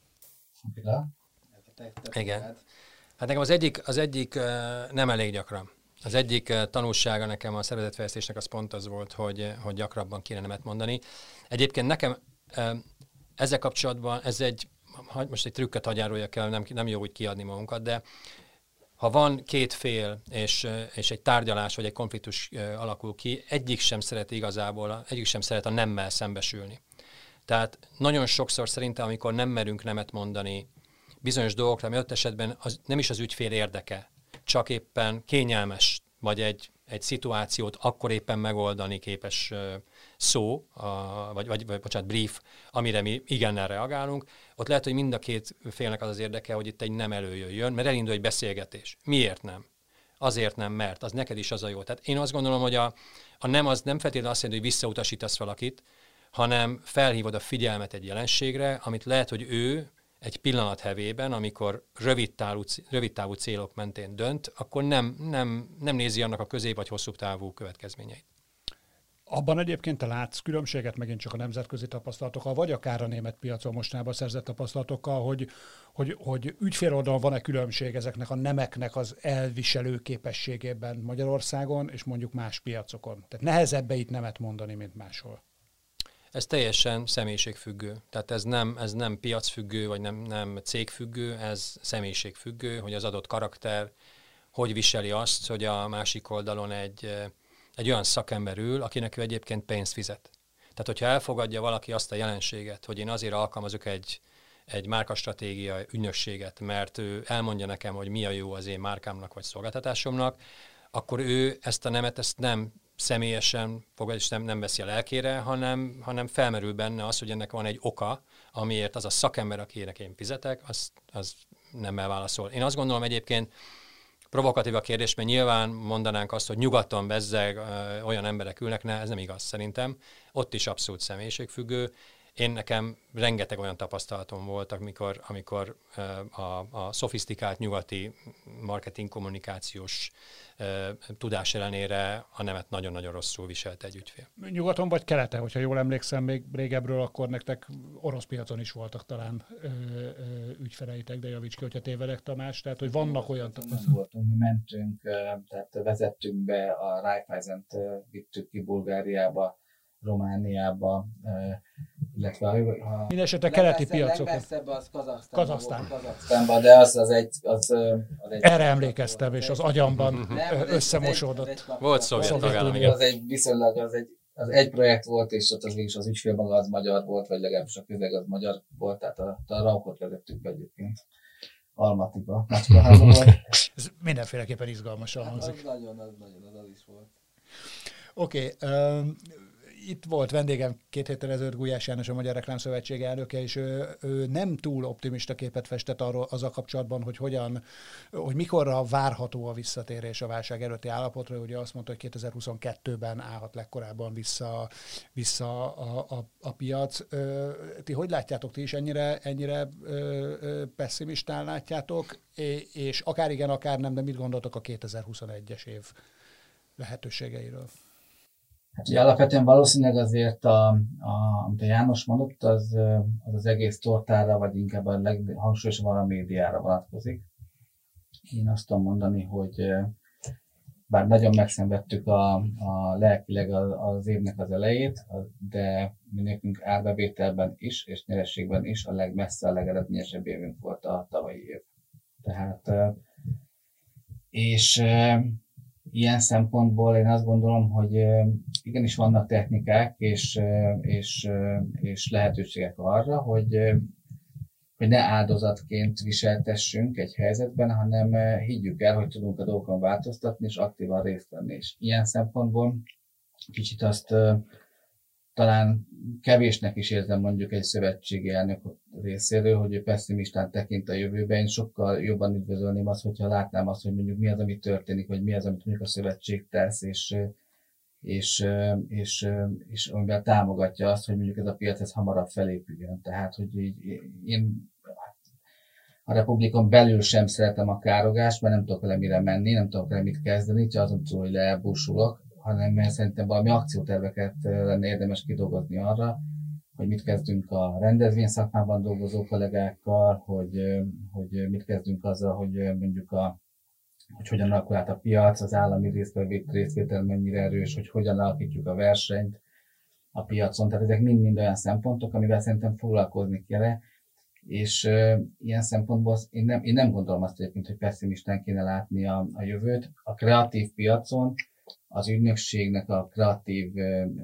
Igen. Hát nekem az egyik, az egyik uh, nem elég gyakran. Az egyik uh, tanulsága nekem a szervezetfejlesztésnek az pont az volt, hogy, hogy gyakrabban kéne nemet mondani. Egyébként nekem uh, ezzel kapcsolatban ez egy most egy trükket hagyjároljak el, nem, nem jó úgy kiadni magunkat, de ha van két fél, és, és egy tárgyalás vagy egy konfliktus alakul ki, egyik sem szeret igazából, egyik sem szeret a nemmel szembesülni. Tehát nagyon sokszor szerintem, amikor nem merünk nemet mondani bizonyos dolgokra, ami ott esetben az, nem is az ügyfél érdeke, csak éppen kényelmes, vagy egy, egy szituációt akkor éppen megoldani képes uh, szó, uh, vagy, vagy, vagy bocsánat, brief, amire mi igennel reagálunk, ott lehet, hogy mind a két félnek az az érdeke, hogy itt egy nem előjöjjön, mert elindul egy beszélgetés. Miért nem? Azért nem, mert az neked is az a jó. Tehát én azt gondolom, hogy a, a nem az nem feltétlenül azt jelenti, hogy visszautasítasz valakit, hanem felhívod a figyelmet egy jelenségre, amit lehet, hogy ő egy pillanat hevében, amikor rövid távú, rövid távú célok mentén dönt, akkor nem, nem, nem nézi annak a közép- vagy hosszú távú következményeit. Abban egyébként te látsz különbséget megint csak a nemzetközi tapasztalatokkal, vagy akár a német piacon mostanában szerzett tapasztalatokkal, hogy, hogy, hogy ügyféloldalon van-e különbség ezeknek a nemeknek az elviselő képességében Magyarországon, és mondjuk más piacokon? Tehát nehezebb itt nemet mondani, mint máshol. Ez teljesen személyiségfüggő. Tehát ez nem, ez nem piacfüggő, vagy nem, nem cégfüggő, ez személyiségfüggő, hogy az adott karakter hogy viseli azt, hogy a másik oldalon egy, egy olyan szakember ül, akinek ő egyébként pénzt fizet. Tehát, hogyha elfogadja valaki azt a jelenséget, hogy én azért alkalmazok egy, egy márkastratégia ügynökséget, mert ő elmondja nekem, hogy mi a jó az én márkámnak vagy szolgáltatásomnak, akkor ő ezt a nemet ezt nem személyesen fogad, és nem, nem veszi a lelkére, hanem, hanem felmerül benne az, hogy ennek van egy oka, amiért az a szakember, akinek én fizetek, az, az nem elválaszol. Én azt gondolom egyébként, provokatív a kérdés, mert nyilván mondanánk azt, hogy nyugaton bezzeg olyan emberek ülnek, ne, ez nem igaz szerintem. Ott is abszolút személyiségfüggő. Én nekem rengeteg olyan tapasztalatom volt, amikor, amikor a, a szofisztikált nyugati marketing kommunikációs tudás ellenére a nemet nagyon-nagyon rosszul viselte egy ügyfél. Nyugaton vagy keleten, hogyha jól emlékszem még régebről, akkor nektek orosz piacon is voltak talán ö, ö, ügyfeleitek, de javíts ki, hogyha tévedek, Tamás, tehát hogy vannak olyan tapasztalatok. Voltunk, mi mentünk, tehát vezettünk be a Raiffeisent, vittük ki Bulgáriába, Romániába, illetve a... Mindenesetre keleti piacokon. Legmesszebb az Kazahsztánban. Kazahsztán. Kazahsztánban, de az, az, egy, az, az egy... Erre emlékeztem, volt, és az agyamban nem, összemosódott. Egy, egy volt szovjet tagállam. Az egy viszonylag, az egy, az egy projekt volt, és ott az végül az ügyfél maga az magyar volt, vagy legalábbis a közeg az magyar volt, tehát a, a raukot vezettük be egyébként. Almatiba, Macskaháza volt. Ez mindenféleképpen izgalmasan hangzik. Az nagyon, az nagyon, az az is volt. Oké, okay, um, itt volt vendégem két héttel ezelőtt Gulyás János, a Magyar Reklámszövetség elnöke, és ő, ő nem túl optimista képet festett arról azzal kapcsolatban, hogy hogyan, hogy mikorra várható a visszatérés a válság előtti állapotra. Ugye azt mondta, hogy kétezer-huszonkettőben állhat legkorábban vissza, vissza a, a, a piac. Ti hogy látjátok, ti is ennyire, ennyire pessimistán látjátok, és akár igen, akár nem, de mit gondoltok a kétezer-huszonegyes év lehetőségeiről? Hát ugye alapvetően valószínűleg azért, a, a, amit a János mondott, az, az az egész tortára, vagy inkább a leghangsúlyosabban a médiára vonatkozik. Én azt tudom mondani, hogy bár nagyon megszenvedtük a, a lelkileg az évnek az elejét, de mi nekünk árbevételben is, és nyerességben is a legmessze a legeredményesebb évünk volt a tavalyi év. Tehát, és ilyen szempontból én azt gondolom, hogy igenis vannak technikák és, és, és lehetőségek arra, hogy, hogy ne áldozatként viseltessünk egy helyzetben, hanem higgyük el, hogy tudunk a dolgokon változtatni és aktívan részt venni. És ilyen szempontból kicsit azt talán kevésnek is érzem mondjuk egy szövetségi elnök részéről, hogy ő pessimistán tekint a jövőben. Én sokkal jobban üdvözölném azt, hogyha látnám azt, hogy mondjuk mi az, ami történik, vagy mi az, amit mondjuk a szövetség tesz, és, és, és, és amivel támogatja azt, hogy mondjuk ez a piac ez hamarabb felépüljön. Tehát, hogy így én a Republikon belül sem szeretem a károgást, mert nem tudok vele mire menni, nem tudok vele mit kezdeni, csak azon tudom, hogy leelbúsulok, hanem szerintem valami akcióterveket lenne érdemes kidolgozni arra, hogy mit kezdünk a rendezvényszakmában dolgozó kollégákkal, hogy, hogy mit kezdünk azzal, hogy mondjuk a, hogy hogyan alakul át a piac, az állami részvétel mennyire erős, hogy hogyan alakítjuk a versenyt a piacon. Tehát ezek mind-mind olyan szempontok, amivel szerintem foglalkozni kell, és uh, ilyen szempontból én nem, én nem gondolom azt egyébként, hogy pessimistán kéne látni a, a jövőt. A kreatív piacon az ügynökségnek a kreatív,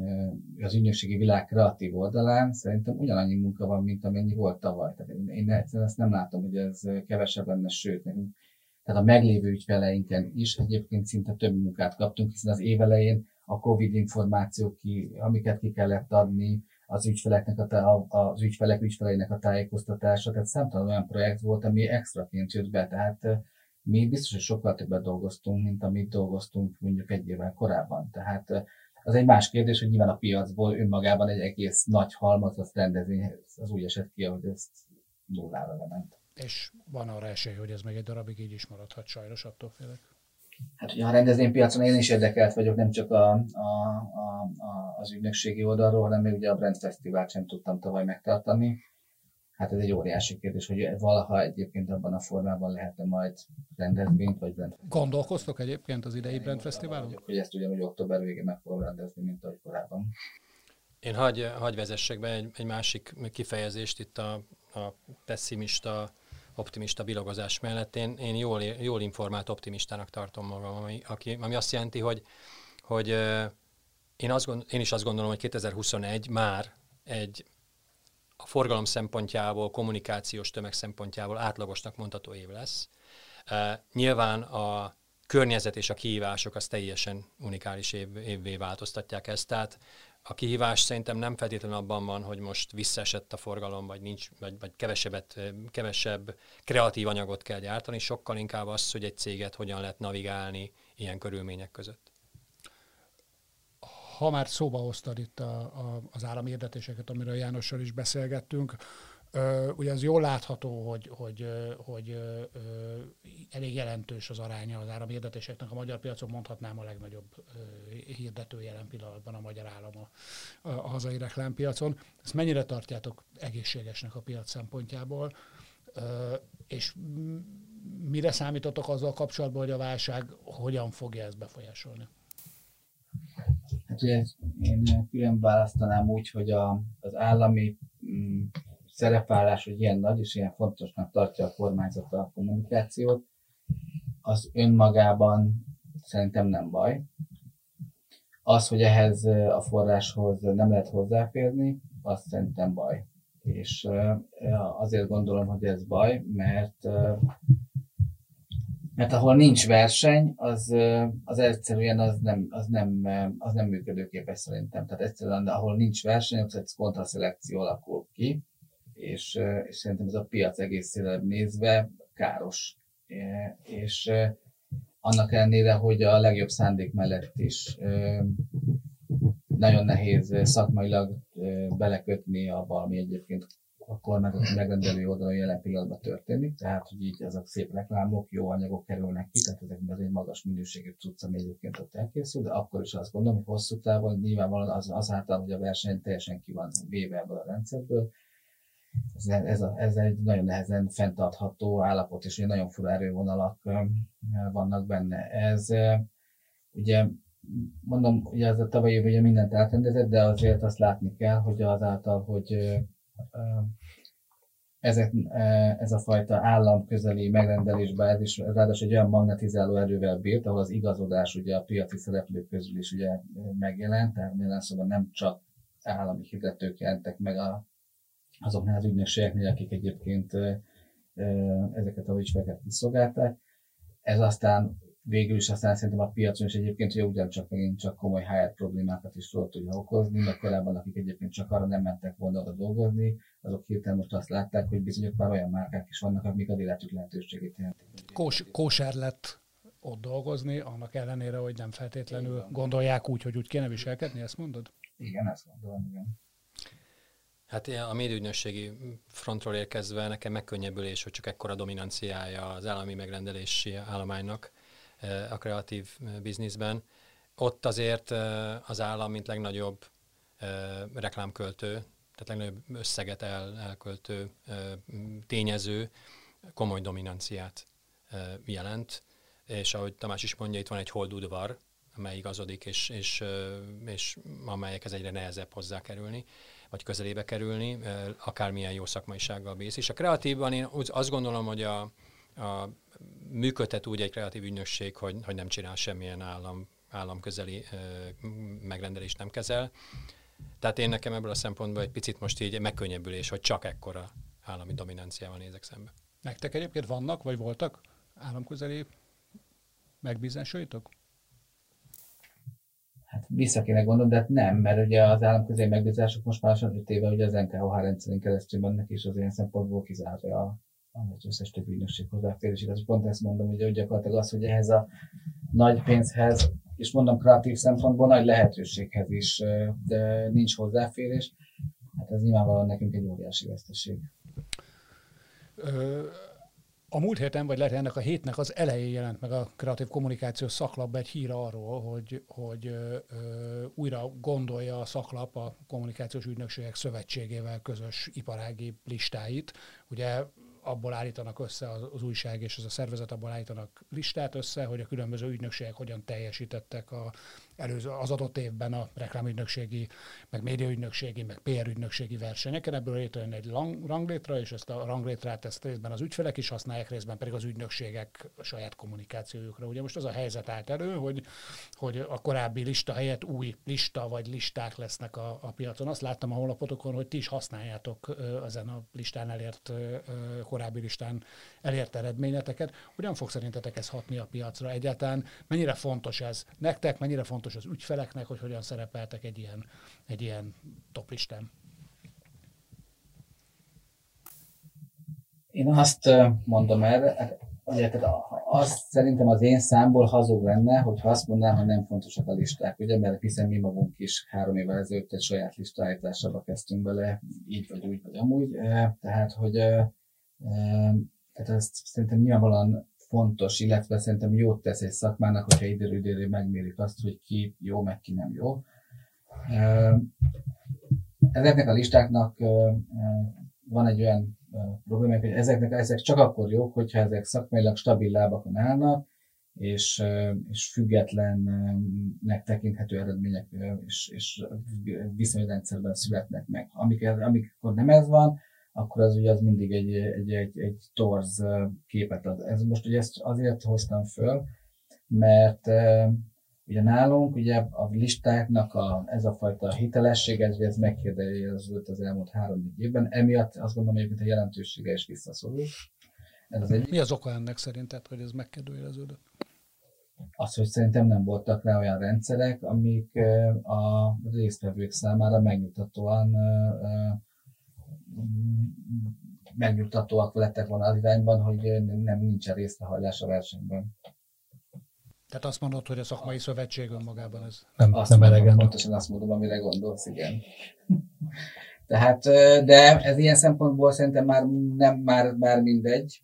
az ügynökségi világ kreatív oldalán szerintem ugyanannyi munka van, mint amennyi volt tavaly. Tehát én, én egyszerűen ezt nem látom, hogy ez kevesebb lenne, sőt, nekünk. Tehát a meglévő ügyfeleinken is egyébként szinte több munkát kaptunk, hiszen az év elején a Covid információk, ki, amiket ki kellett adni, az ügyfeleknek, a, az ügyfelek ügyfeleinek a tájékoztatása, tehát számtalan olyan projekt volt, ami extraként jött be, tehát mi biztos, hogy sokkal többet dolgoztunk, mint amit dolgoztunk mondjuk egy évvel korábban. Tehát az egy más kérdés, hogy nyilván a piacból önmagában egy egész nagy halmaz, azt rendezni, az úgy esett ki, hogy ezt nullára lement. És van arra esély, hogy ez még egy darabig így is maradhat, sajnos attól félek. Hát ugye a rendezvénypiacon én is érdekelt vagyok, nem csak a, a, a, a, az ügynökségi oldalról, hanem még ugye a Brand Fesztivált sem tudtam tavaly megtartani. Hát ez egy óriási kérdés, hogy valaha egyébként abban a formában lehetne majd rendezvényt, vagy Brand Fesztivál. Gondolkoztok egyébként az idei Brand Fesztiválon? Hogy ezt ugyanúgy október végén meg fogom rendezni, mint ahogy korábban. Én hagy, hagy vezessek be egy, egy másik kifejezést itt a, a pessimista, optimista bilogozás mellett. Én, én jól, jól informált optimistának tartom magam, ami, aki, ami azt jelenti, hogy, hogy én, azt gond, én is azt gondolom, hogy kétezer-huszonegy már egy a forgalom szempontjából, kommunikációs tömeg szempontjából átlagosnak mondható év lesz. Uh, nyilván a környezet és a kihívások az teljesen unikális év, évvé változtatják ezt, tehát a kihívás szerintem nem feltétlenül abban van, hogy most visszaesett a forgalom, vagy, nincs, vagy, vagy kevesebbet, kevesebb kreatív anyagot kell gyártani, sokkal inkább az, hogy egy céget hogyan lehet navigálni ilyen körülmények között. Ha már szóba hoztad itt a, a, az állami hirdetéseket, amiről Jánossal is beszélgettünk, ö, ugye az jól látható, hogy, hogy, hogy ö, elég jelentős az aránya az állami hirdetéseknek. A magyar piacon mondhatnám a legnagyobb ö, hirdető jelen pillanatban a magyar állam a, a, a hazai reklámpiacon. Ezt mennyire tartjátok egészségesnek a piac szempontjából? Ö, és mire számítotok azzal kapcsolatban, hogy a válság hogyan fogja ezt befolyásolni? Hát ugye én külön választanám úgy, hogy a, az állami mm, szerepvállás, hogy ilyen nagy és ilyen fontosnak tartja a kormányzat a kommunikációt, az önmagában szerintem nem baj. Az, hogy ehhez a forráshoz nem lehet hozzáférni, az szerintem baj. És azért gondolom, hogy ez baj, mert Mert ahol nincs verseny, az, az egyszerűen az nem, az, nem, az nem működőképes szerintem. Tehát egyszerűen, ahol nincs verseny, ott egy kontraszelekció alakul ki, és, és szerintem ez a piac egészére nézve káros. És annak ellenére, hogy a legjobb szándék mellett is nagyon nehéz szakmailag belekötni abba, ami egyébként a kormányzati megrendelő oldalon jelen pillanatban történik, tehát hogy így ezek szép reklámok, jó anyagok kerülnek ki, tehát ezekben az egy magas minőségű cucc, ami egyébként ott elkészül, de akkor is azt gondolom, hogy hosszú távon nyilvánvalóan az, azáltal, hogy a verseny teljesen ki van véve ebből a rendszerből, ez, ez, a, ez egy nagyon nehezen fenntartható állapot, és nagyon fura erővonalak vannak benne. Ez ugye mondom, ugye ez a tavalyi év ugye mindent átrendezett, de azért azt látni kell, hogy azáltal, hogy ezek, ez a fajta államközeli megrendelésben ez is ráadásul egy olyan magnetizáló erővel bírt, ahol az igazodás ugye a piaci szereplők közül is ugye megjelent, tehát minden szóval nem csak állami hirdetők jelentek meg a, azoknál az ügynökségeknél, akik egyébként ezeket a ügyfeleket kiszolgálták. Ez aztán végül is aztán szerintem a piacon is egyébként ugye ugyancsak megint csak komoly há er problémákat is tudott tudja okozni, mert korábban akik egyébként csak arra nem mentek volna oda dolgozni, azok hirtelen most azt látták, hogy bizonyos már olyan márkák is vannak, amik az életük lehetőségét jelentik. Kós, kóser lett ott dolgozni, annak ellenére, hogy nem feltétlenül igen. Gondolják úgy, hogy úgy kéne viselkedni, ezt mondod? Igen, ezt gondolom, igen. Hát a médiaügynökségi frontról érkezve nekem megkönnyebbülés, hogy csak ekkora dominanciája az állami megrendelési állománynak a kreatív bizniszben. Ott azért az állam, mint legnagyobb reklámköltő, tehát legnagyobb összeget el, elköltő tényező, komoly dominanciát jelent. És ahogy Tamás is mondja, itt van egy holdudvar, amely igazodik, és, és, és amelyekhez egyre nehezebb hozzákerülni, vagy közelébe kerülni, akármilyen jó szakmaisággal bíz. És a kreatívban én azt gondolom, hogy a, a működtet úgy egy kreatív ügynökség, hogy, hogy nem csinál semmilyen állam, államközeli megrendelést nem kezel. Tehát én nekem ebből a szempontból egy picit most így megkönnyebbülés, hogy csak ekkora állami dominanciával nézek szembe. Nektek egyébként vannak, vagy voltak államközeli megbízásaitok? Hát vissza kéne gondolni, de hát nem, mert ugye az államközeli megbízások most már öt éve ugye az en ká o há rendszerén keresztül mennek, és az ilyen szempontból kizárja a az összes többi ügynökség hozzáférését. Az pont ezt mondom, hogy gyakorlatilag az, hogy ehhez a nagy pénzhez, és mondom kreatív szempontból nagy lehetőséghez is, de nincs hozzáférés, hát ez nyilvánvalóan nekünk egy óriási veszteség. A múlt héten, vagy lehet ennek a hétnek az elején jelent meg a kreatív kommunikáció szaklapban egy hír arról, hogy, hogy ö, ö, újra gondolja a szaklap a kommunikációs ügynökségek szövetségével közös iparági listáit. Ugye abból állítanak össze az, az újság és az a szervezet, abból állítanak listát össze, hogy a különböző ügynökségek hogyan teljesítettek a, előző, az adott évben a reklámügynökségi, meg médiaügynökségi, meg pé er ügynökségi versenyeken. Ebből létrejön egy lang, ranglétra, és ezt a ranglétrát ezt részben az ügyfelek is használják, részben pedig az ügynökségek a saját kommunikációjukra. Ugye most az a helyzet állt elő, hogy, hogy a korábbi lista helyett új lista vagy listák lesznek a, a piacon. Azt láttam a honlapotokon, hogy ti is használjátok ezen a listán elért korábbi listán elért eredményeteket. Hogyan fog szerintetek ez hatni a piacra egyáltalán? Mennyire fontos ez nektek, mennyire fontos az ügyfeleknek, hogy hogyan szerepeltek egy ilyen, egy ilyen toplistán? Én azt mondom erre, ugye, tehát azt szerintem az én számból hazug lenne, hogyha azt mondanám, hogy nem fontosak a listák, ugye, mert hiszen mi magunk is három évvel ezelőtt egy saját listállításába kezdtünk bele, így vagy úgy, vagy amúgy, tehát, hogy tehát ezt szerintem nyilvánvalóan fontos, illetve szerintem jót tesz egy szakmának, hogyha időről időre megmérik azt, hogy ki jó, meg ki nem jó. Ezeknek a listáknak van egy olyan problémák, hogy ezeknek, ezek csak akkor jók, hogyha ezek szakmailag stabil lábakon állnak, és, és függetlennek tekinthető eredmények és, és viszonyrendszerben születnek meg. Amikor, amikor nem ez van, akkor az ugye az mindig egy, egy, egy, egy torz képet ad. Ez most ugye ezt azért hoztam föl, mert uh, ugye nálunk ugye a listáknak a, ez a fajta hitelesség, ez, ez megkérdeződött az elmúlt három-négy évben, emiatt azt gondolom, hogy a jelentősége is visszaszorul. Ez az egyik. Mi az oka ennek szerinted, hogy ez megkérdőjeleződött? Az, hogy szerintem nem voltak rá olyan rendszerek, amik a résztvevők számára megnyugtatóan megnyugtatóak lettek volna az irányban, hogy nem nincsen részrehajlás a versenyben. Tehát azt mondod, hogy a szakmai szövetség önmagában ez nem, azt nem mondom, elegendő. pontosan azt mondom, amire gondolsz, igen. Tehát, de ez ilyen szempontból szerintem már nem már, már mindegy.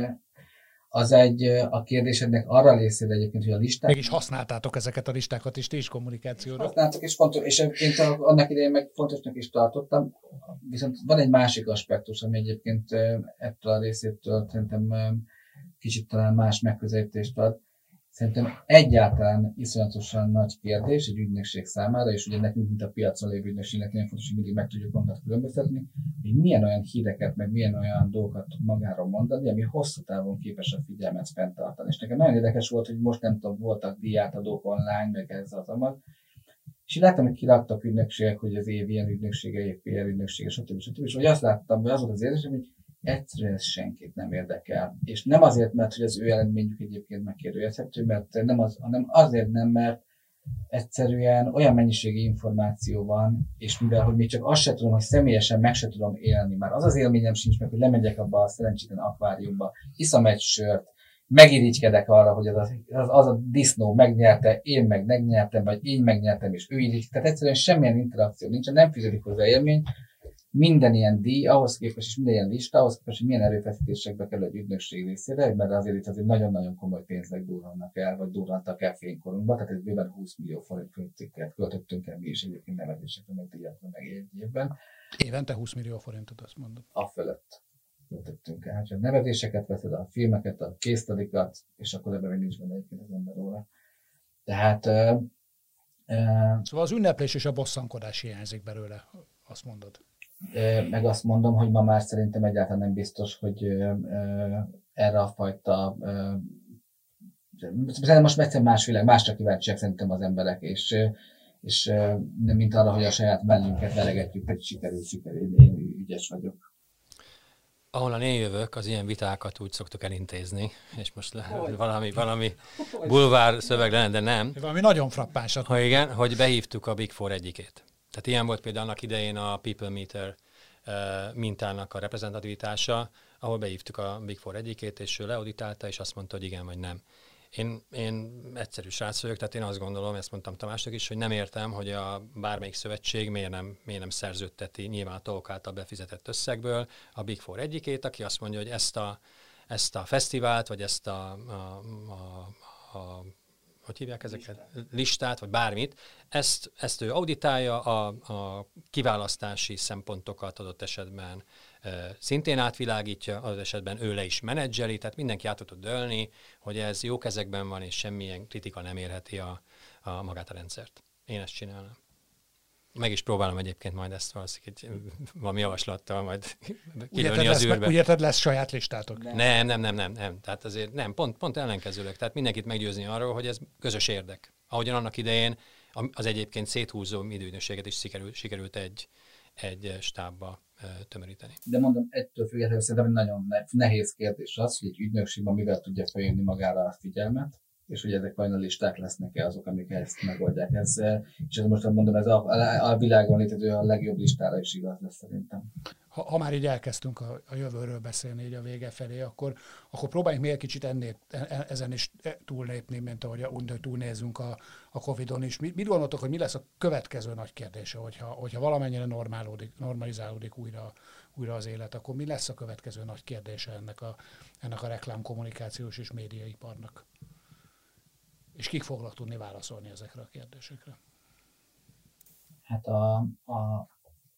Az egy, a kérdésednek arra részére egyébként, hogy a listák... Mégis használtátok ezeket a listákat is, ti is kommunikációra. Használtak, és, fontos, és egyébként annak idején meg fontosnak is tartottam. Viszont van egy másik aspektus, ami egyébként ettől a részétől szerintem kicsit talán más megközelítést ad. Szerintem egyáltalán iszonyatosan nagy kérdés egy ügynökség számára, és ugye nekünk, mint a piacon lévő ügynökségnek nagyon fontos, hogy mindig meg tudjuk magunkat különböztetni, hogy milyen olyan híreket, meg milyen olyan dolgokat tud magáról mondani, ami hosszú távon képes a figyelmet fenntartani. És nekem nagyon érdekes volt, hogy most nem tudom, voltak díjátadók online, meg ez az amag, és így láttam, hogy kiraktak ügynökségek, hogy az év ilyen ügynöksége, év pé er ügynöksége, stb. stb. És hogy azt láttam, hogy az volt az érzésem, hogy egyszerűen ez senkit nem érdekel. És nem azért, mert hogy az ő eredményük egyébként megkérdőjelezhető, mert nem az, hanem azért nem, mert egyszerűen olyan mennyiségi információ van, és mivel, hogy még csak azt se tudom, hogy személyesen meg se tudom élni, már az az élményem sincs meg, hogy lemegyek abba a szerencsétlen akváriumba, iszom egy sört, megirigykedek arra, hogy az, az, az a disznó megnyerte, én meg megnyertem, vagy én megnyertem, és ő irigy. Tehát egyszerűen semmilyen interakció nincs, nem fűződik hozzá élmény. Minden ilyen díj, ahhoz képest, és minden ilyen lista, ahhoz képest, hogy milyen erőfeszítésekbe kell egy ügynökség részére, mert azért itt azért nagyon-nagyon komoly pénzek durrannak el, vagy durrantak el fénykorunkba, tehát ez bőven húsz millió forint cikket költöttünk el mi is egyébként nevezésekre, meg díjakra, meg egy évben. Évente húsz millió forintot, azt mondom. A fölött költöttünk el. Hát, ha nevezéseket veszed, a filmeket, a késztadikat, és akkor ebben nincs benne egyébként az ember óra. Tehát... Uh, uh, szóval az ünneplés és a bosszankodás hiányzik belőle, azt mondod. Meg azt mondom, hogy ma már szerintem egyáltalán nem biztos, hogy erre a fajta... Szerintem most egyszerűen más világ, másra kíváncsiak szerintem az emberek, és, és nem mint arra, hogy a saját mellünket velegetjük, hogy sikerül, sikerül, én, én ügyes vagyok. Ahonnan én jövök, az ilyen vitákat úgy szoktuk elintézni, és most le, valami, valami bulvár szöveg lenne, de nem. Valami nagyon frappánsat. Ha igen, hogy behívtuk a Big Four egyikét. Tehát ilyen volt például annak idején a People Meter uh, mintának a reprezentativitása, ahol behívtuk a Big Four egyikét, és ő leauditálta, és azt mondta, hogy igen, vagy nem. Én, én egyszerű srác vagyok, tehát én azt gondolom, ezt mondtam Tamásnak is, hogy nem értem, hogy a bármelyik szövetség miért nem, miért nem szerződteti nyilván a tagok által befizetett összegből a Big Four egyikét, aki azt mondja, hogy ezt a, ezt a fesztivált, vagy ezt a, a, a, a hogy hívják ezeket? Listát, listát vagy bármit, ezt, ezt ő auditálja, a, a kiválasztási szempontokat adott esetben e, szintén átvilágítja, adott esetben ő le is menedzseli, tehát mindenki át tud dőlni, hogy ez jó kezekben van, és semmilyen kritika nem érheti a, a magát a rendszert. Én ezt csinálom. Meg is próbálom egyébként majd ezt valószínűleg valami javaslattal majd kilőni az űrbe. Úgy érted, lesz saját listátok? Nem, nem, nem, nem, nem. Tehát azért nem, pont, pont ellenkezőleg. Tehát mindenkit meggyőzni arról, hogy ez közös érdek. Ahogyan annak idején az egyébként széthúzó időügynökséget is sikerült, sikerült egy, egy stábba tömöríteni. De mondom, ettől függetlenül szerintem nagyon nehéz kérdés az, hogy egy ügynökségben mivel tudja feljönni magára a figyelmet, és hogy ezek vajon a listák lesznek-e azok, amik ezt megoldják. Ez, és ez most mondom, ez a, a világon létező a legjobb listára is igaz lesz szerintem. Ha, ha már így elkezdtünk a, a jövőről beszélni így a vége felé, akkor, akkor próbáljunk még egy kicsit ennél, ezen is túllépni, mint ahogy úgy túlnézünk a, a Covidon is. Mit, mit gondoltok, hogy mi lesz a következő nagy kérdése, hogyha, hogyha valamennyire normálódik, normalizálódik újra, újra az élet, akkor mi lesz a következő nagy kérdése ennek a, ennek a reklámkommunikációs és médiaiparnak? És kik fognak tudni válaszolni ezekre a kérdésekre? Hát a, a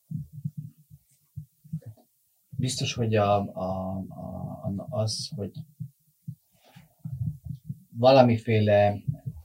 biztos, hogy a, a, a, az, hogy valamiféle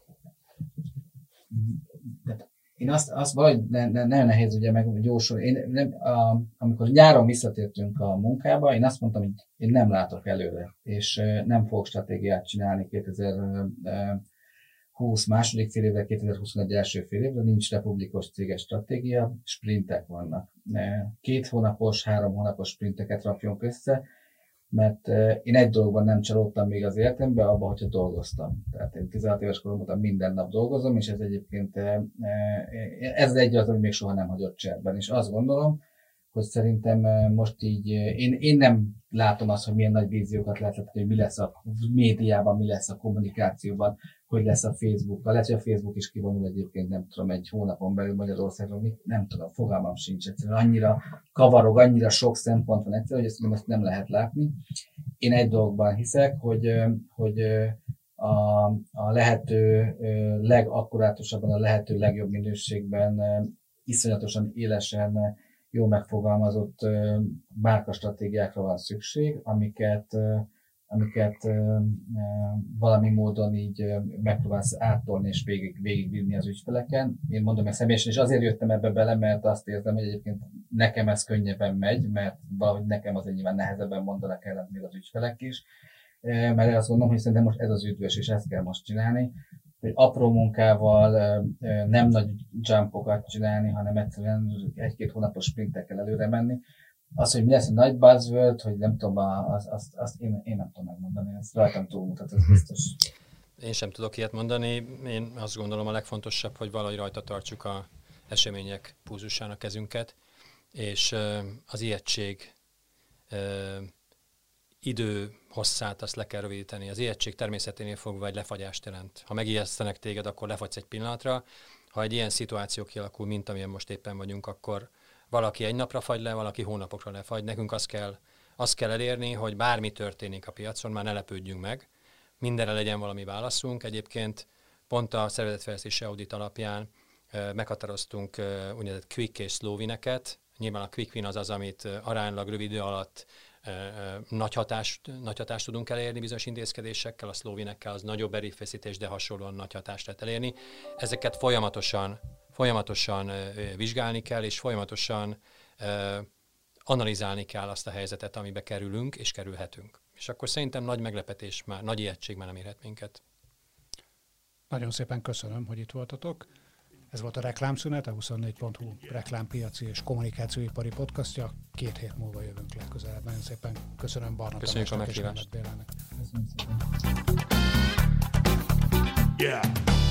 én azt, azt valahogy ne, ne, nagyon nehéz ugye meg gyorsul. Én nem, a, amikor nyáron visszatértünk a munkába, én azt mondtam, hogy én nem látok előre, és nem fogok stratégiát csinálni kétezer-húsz második fél évre, kétezer-huszonegy első fél évre, nincs republikos céges stratégia, sprintek vannak. Két hónapos, három hónapos sprinteket rakjunk össze, mert én egy dologban nem csalódtam még az életemben, abban, hogyha dolgoztam. Tehát én tizenhat éves koromban minden nap dolgozom, és ez egyébként ez egy az, ami még soha nem hagyott cserben. És azt gondolom, hogy szerintem most így, én, én nem látom azt, hogy milyen nagy víziókat lehet látni, hogy mi lesz a médiában, mi lesz a kommunikációban, hogy lesz a Facebookkal. Lehet, hogy a Facebook is kivonul egyébként, nem tudom, egy hónapon belül Magyarországon, mit, nem tudom, fogalmam sincs egyszerűen. Annyira kavarog, annyira sok szempont van egyszerűen, hogy ezt, ezt nem lehet látni. Én egy dologban hiszek, hogy, hogy a, a lehető legakkurátusabban, a lehető legjobb minőségben, iszonyatosan élesen, jól megfogalmazott márkastratégiákra van szükség, amiket, amiket valami módon így megpróbálsz áttolni és végig, végigvinni az ügyfeleken. Én mondom ezt személyesen, és azért jöttem ebbe bele, mert azt érzem, hogy egyébként nekem ez könnyebben megy, mert valahogy nekem azért nyilván nehezebben mondanak ellent még az ügyfelek is. Mert azt gondolom, hogy szerintem most ez az üdvös, és ezt kell most csinálni, hogy apró munkával nem nagy jumpokat csinálni, hanem egyszerűen egy-két hónapos sprintekkel előre menni. Az, hogy mi lesz a nagy buzzword, hogy nem tudom, azt, azt, azt én, én nem tudom megmondani, ez rajtam túlmutat, ez biztos. Én sem tudok ilyet mondani. Én azt gondolom a legfontosabb, hogy valahogy rajta tartsuk a események pulzusán a kezünket, és az ijegység idő hosszát azt le kell rövidíteni. Az ijegység természeténél fogva egy lefagyást jelent. Ha megijesztenek téged, akkor lefagysz egy pillanatra. Ha egy ilyen szituáció kialakul, mint amilyen most éppen vagyunk, akkor valaki egy napra fagy le, valaki hónapokra lefagy. Nekünk azt kell, azt kell elérni, hogy bármi történik a piacon, már ne lepődjünk meg. Mindenre legyen valami válaszunk. Egyébként pont a szervezetfejlesztési audit alapján uh, meghatároztunk uh, úgynevezett quick és slow wineket. Nyilván a quick win az az, amit uh, aránylag rövid idő alatt Nagy hatást, nagy hatást tudunk elérni bizonyos intézkedésekkel, a slow winekkel az nagyobb erőfeszítés, de hasonlóan nagy hatást lehet elérni. Ezeket folyamatosan, folyamatosan vizsgálni kell, és folyamatosan analizálni kell azt a helyzetet, amibe kerülünk és kerülhetünk. És akkor szerintem nagy meglepetés, már, nagy ijegység már nem érhet minket. Nagyon szépen köszönöm, hogy itt voltatok. Ez volt a Reklámszünet, a huszonnégy pont hu reklámpiaci és kommunikációipari podcastja. Két hét múlva jövünk legközelebb. Nagyon szépen köszönöm Barna Tamásnak és Németh Bélának. Köszönöm szépen. Yeah.